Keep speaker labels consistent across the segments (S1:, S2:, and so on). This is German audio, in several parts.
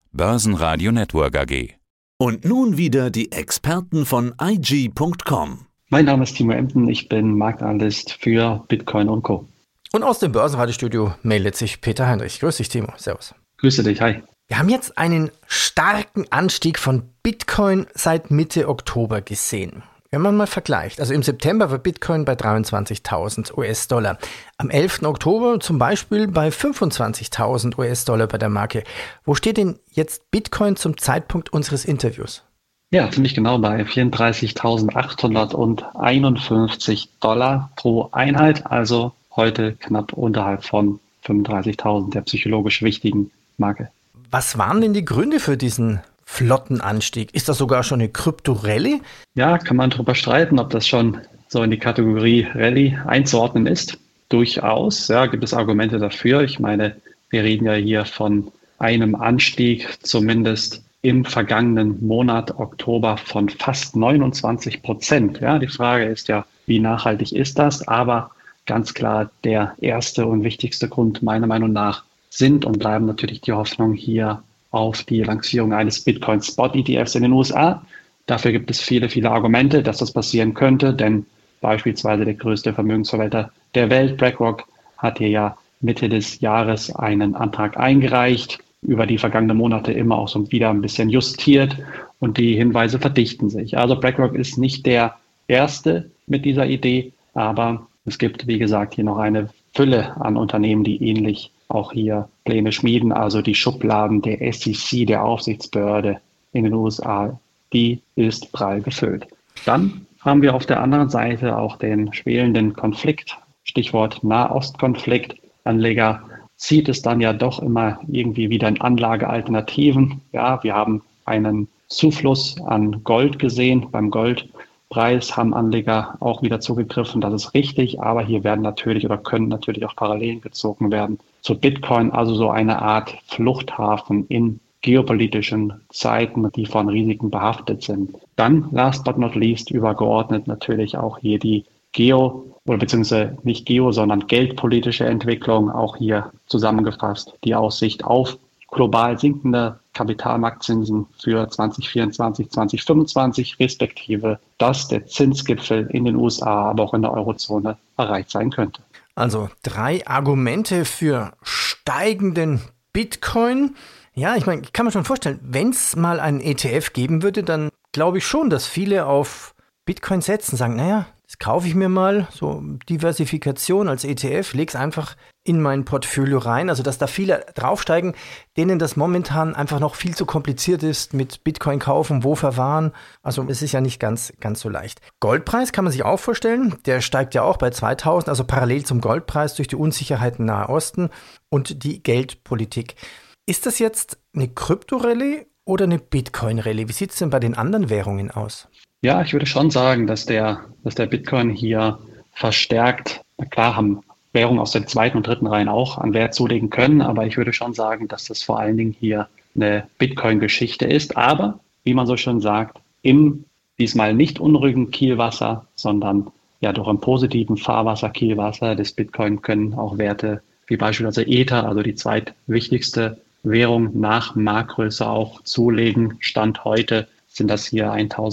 S1: Börsenradio Network AG.
S2: Und nun wieder die Experten von IG.com.
S3: Mein Name ist Timo Emden, ich bin Marktanalyst für Bitcoin und Co.
S4: Und aus dem Börsenradiostudio meldet sich Peter Heinrich. Grüß dich, Timo. Servus.
S3: Grüße dich, hi.
S4: Wir haben jetzt einen starken Anstieg von Bitcoin seit Mitte Oktober gesehen. Wenn man mal vergleicht, also im September war Bitcoin bei 23.000 US-Dollar. Am 11. Oktober zum Beispiel bei 25.000 US-Dollar bei der Marke. Wo steht denn jetzt Bitcoin zum Zeitpunkt unseres Interviews?
S3: Ja, ziemlich genau bei 34.851 Dollar pro Einheit, also heute knapp unterhalb von 35.000, der psychologisch wichtigen Marke.
S4: Was waren denn die Gründe für diesen flotten Anstieg? Ist das sogar schon eine Krypto-Rallye?
S3: Ja, kann man darüber streiten, ob das schon so in die Kategorie Rallye einzuordnen ist. Durchaus, ja, gibt es Argumente dafür. Ich meine, wir reden ja hier von einem Anstieg, zumindest im vergangenen Monat Oktober, von fast 29%. Ja, die Frage ist ja, wie nachhaltig ist das? Aber ganz klar, der erste und wichtigste Grund meiner Meinung nach sind und bleiben natürlich die Hoffnung hier auf die Lancierung eines Bitcoin-Spot-ETFs in den USA. Dafür gibt es viele, viele Argumente, dass das passieren könnte, denn beispielsweise der größte Vermögensverwalter der Welt, BlackRock, hat hier ja Mitte des Jahres einen Antrag eingereicht, über die vergangenen Monate immer auch so wieder ein bisschen justiert und die Hinweise verdichten sich. Also BlackRock ist nicht der Erste mit dieser Idee, aber es gibt, wie gesagt, hier noch eine Fülle an Unternehmen, die ähnlich auch hier Pläne schmieden, also die Schubladen der SEC, der Aufsichtsbehörde in den USA, die ist prall gefüllt. Dann haben wir auf der anderen Seite auch den schwelenden Konflikt, Stichwort Nahostkonflikt. Anleger zieht es dann ja doch immer irgendwie wieder in Anlagealternativen. Ja, wir haben einen Zufluss an Gold gesehen. Beim Goldpreis haben Anleger auch wieder zugegriffen. Das ist richtig, aber hier werden natürlich oder können natürlich auch Parallelen gezogen werden zu Bitcoin, also so eine Art Fluchthafen in geopolitischen Zeiten, die von Risiken behaftet sind. Dann, last but not least, übergeordnet natürlich auch hier die beziehungsweise nicht sondern geldpolitische Entwicklung, auch hier zusammengefasst die Aussicht auf global sinkende Kapitalmarktzinsen für 2024, 2025, respektive, dass der Zinsgipfel in den USA, aber auch in der Eurozone erreicht sein könnte.
S4: Also 3 Argumente für steigenden Bitcoin. Ja, ich meine, kann man schon vorstellen, wenn es mal einen ETF geben würde, dann glaube ich schon, dass viele auf Bitcoin setzen, sagen, naja, das kaufe ich mir mal, so Diversifikation als ETF, lege es einfach in mein Portfolio rein. Also, dass da viele draufsteigen, denen das momentan einfach noch viel zu kompliziert ist, mit Bitcoin kaufen, wo verwahren. Also, es ist ja nicht ganz so leicht. Goldpreis kann man sich auch vorstellen, der steigt ja auch bei 2000, also parallel zum Goldpreis durch die Unsicherheiten im Nahen Osten und die Geldpolitik. Ist das jetzt eine Krypto-Rallye oder eine Bitcoin-Rallye? Wie sieht es denn bei den anderen Währungen aus?
S3: Ja, ich würde schon sagen, dass der Bitcoin hier verstärkt, na klar haben Währungen aus den zweiten und dritten Reihen auch an Wert zulegen können, aber ich würde schon sagen, dass das vor allen Dingen hier eine Bitcoin-Geschichte ist. Aber, wie man so schön sagt, im diesmal nicht unruhigen Kielwasser, sondern ja doch im positiven Fahrwasser, Kielwasser des Bitcoin können auch Werte wie beispielsweise Ether, also die zweitwichtigste Währung nach Marktgröße auch zulegen. Stand heute sind das hier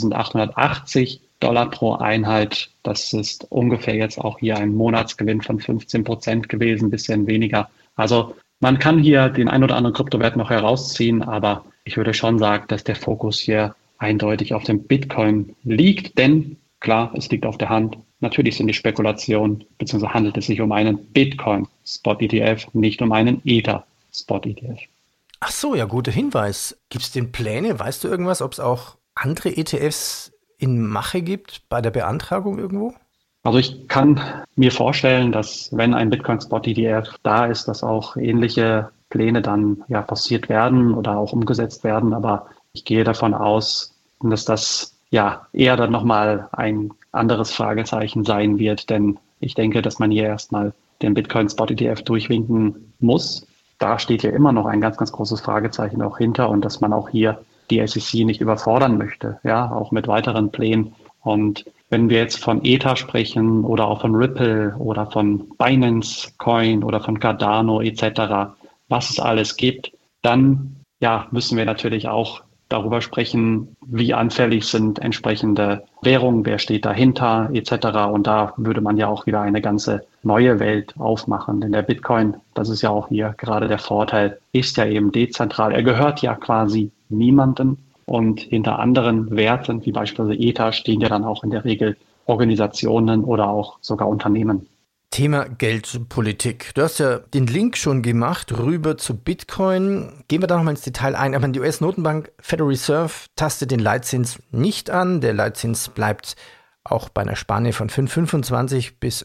S3: 1.880 Dollar pro Einheit. Das ist ungefähr jetzt auch hier ein Monatsgewinn von 15% gewesen, ein bisschen weniger. Also man kann hier den ein oder anderen Kryptowert noch herausziehen, aber ich würde schon sagen, dass der Fokus hier eindeutig auf dem Bitcoin liegt, denn klar, es liegt auf der Hand. Natürlich sind die Spekulationen, beziehungsweise handelt es sich um einen Bitcoin-Spot-ETF, nicht um einen Ether-Spot-ETF.
S4: Ach so, ja, guter Hinweis. Gibt es denn Pläne? Weißt du irgendwas, ob es auch andere ETFs in Mache gibt bei der Beantragung irgendwo?
S3: Also ich kann mir vorstellen, dass wenn ein Bitcoin-Spot-ETF da ist, dass auch ähnliche Pläne dann ja forciert werden oder auch umgesetzt werden. Aber ich gehe davon aus, dass das ja eher dann nochmal ein anderes Fragezeichen sein wird. Denn ich denke, dass man hier erstmal den Bitcoin-Spot-ETF durchwinken muss. Da steht ja immer noch ein ganz, ganz großes Fragezeichen auch hinter und dass man auch hier die SEC nicht überfordern möchte, ja, auch mit weiteren Plänen. Und wenn wir jetzt von Ether sprechen oder auch von Ripple oder von Binance Coin oder von Cardano etc., was es alles gibt, dann müssen wir natürlich auch darüber sprechen, wie anfällig sind entsprechende Währungen, wer steht dahinter etc. Und da würde man ja auch wieder eine ganze neue Welt aufmachen. Denn der Bitcoin, das ist ja auch hier gerade der Vorteil, ist ja eben dezentral. Er gehört ja quasi niemandem. Und hinter anderen Werten, wie beispielsweise Ether, stehen ja dann auch in der Regel Organisationen oder auch sogar Unternehmen.
S4: Thema Geldpolitik. Du hast ja den Link schon gemacht rüber zu Bitcoin. Gehen wir da nochmal ins Detail ein. Aber die US-Notenbank Federal Reserve tastet den Leitzins nicht an. Der Leitzins bleibt auch bei einer Spanne von 5,25 bis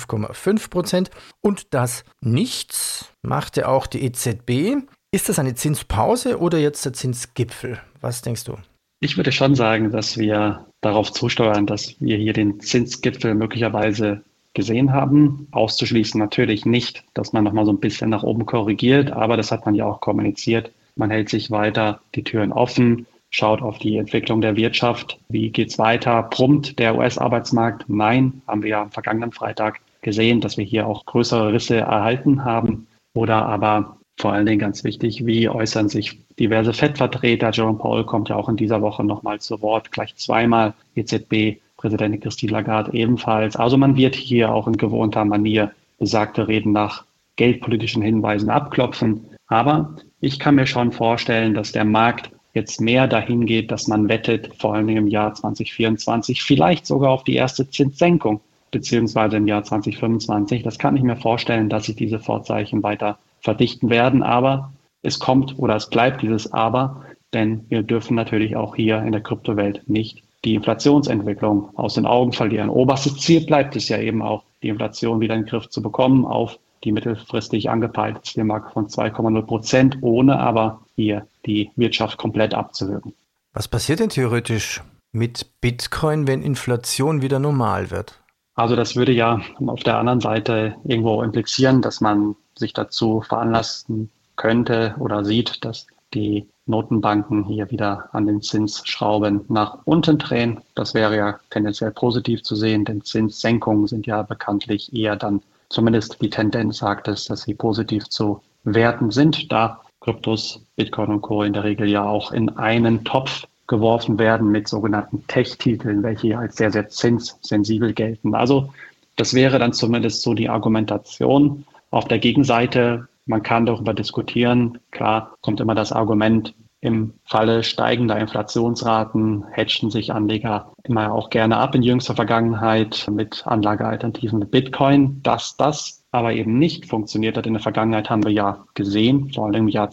S4: 5,5%. Und das Nichts machte auch die EZB. Ist das eine Zinspause oder jetzt der Zinsgipfel? Was denkst du?
S3: Ich würde schon sagen, dass wir darauf zusteuern, dass wir hier den Zinsgipfel möglicherweise gesehen haben. Auszuschließen natürlich nicht, dass man nochmal so ein bisschen nach oben korrigiert, aber das hat man ja auch kommuniziert. Man hält sich weiter die Türen offen, schaut auf die Entwicklung der Wirtschaft. Wie geht's weiter? Brummt der US-Arbeitsmarkt? Nein, haben wir ja am vergangenen Freitag gesehen, dass wir hier auch größere Risse erhalten haben. Oder aber vor allen Dingen ganz wichtig, wie äußern sich diverse FED-Vertreter? Jerome Powell kommt ja auch in dieser Woche nochmal zu Wort, gleich zweimal. EZB-Präsidentin Christine Lagarde ebenfalls. Also man wird hier auch in gewohnter Manier besagte Reden nach geldpolitischen Hinweisen abklopfen. Aber ich kann mir schon vorstellen, dass der Markt jetzt mehr dahin geht, dass man wettet, vor allem im Jahr 2024, vielleicht sogar auf die erste Zinssenkung, beziehungsweise im Jahr 2025. Das kann ich mir vorstellen, dass sich diese Vorzeichen weiter verdichten werden. Aber es kommt oder es bleibt dieses Aber, denn wir dürfen natürlich auch hier in der Kryptowelt nicht die Inflationsentwicklung aus den Augen verlieren. Oberstes Ziel bleibt es ja eben auch, die Inflation wieder in den Griff zu bekommen auf die mittelfristig angepeilte Zielmarke von 2,0%, ohne aber hier die Wirtschaft komplett abzuwürgen.
S4: Was passiert denn theoretisch mit Bitcoin, wenn Inflation wieder normal wird?
S3: Also das würde ja auf der anderen Seite irgendwo implizieren, dass man sich dazu veranlassen könnte oder sieht, dass die Notenbanken hier wieder an den Zinsschrauben nach unten drehen. Das wäre ja tendenziell positiv zu sehen, denn Zinssenkungen sind ja bekanntlich eher dann, zumindest die Tendenz sagt es, dass sie positiv zu werten sind, da Kryptos, Bitcoin und Co. in der Regel ja auch in einen Topf geworfen werden mit sogenannten Tech-Titeln, welche als sehr, sehr zinssensibel gelten. Also das wäre dann zumindest so die Argumentation. Auf der Gegenseite, man kann darüber diskutieren. Klar kommt immer das Argument, im Falle steigender Inflationsraten hedgen sich Anleger immer auch gerne ab in jüngster Vergangenheit mit Anlagealternativen mit Bitcoin. Dass das aber eben nicht funktioniert hat in der Vergangenheit, haben wir ja gesehen, vor allem im Jahr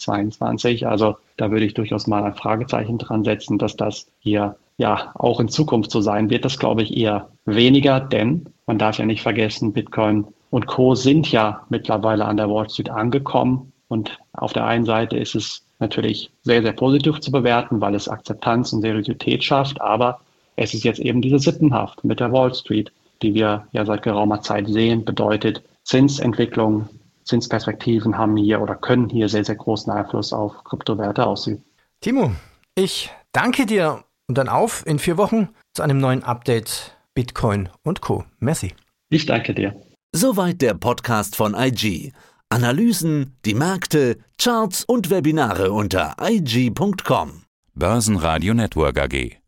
S3: 2022. Also da würde ich durchaus mal ein Fragezeichen dran setzen, dass das hier ja auch in Zukunft so sein wird. Das glaube ich eher weniger, denn man darf ja nicht vergessen, Bitcoin und Co. sind ja mittlerweile an der Wall Street angekommen. Und auf der einen Seite ist es natürlich sehr, sehr positiv zu bewerten, weil es Akzeptanz und Seriosität schafft. Aber es ist jetzt eben diese Sippenhaft mit der Wall Street, die wir ja seit geraumer Zeit sehen, bedeutet Zinsentwicklung, Zinsperspektiven haben hier oder können hier sehr, sehr großen Einfluss auf Kryptowerte ausüben.
S4: Timo, ich danke dir und dann auf in 4 Wochen zu einem neuen Update Bitcoin und Co. Merci.
S3: Ich danke dir.
S2: Soweit der Podcast von IG. Analysen, die Märkte, Charts und Webinare unter IG.com.
S1: Börsenradio Network AG.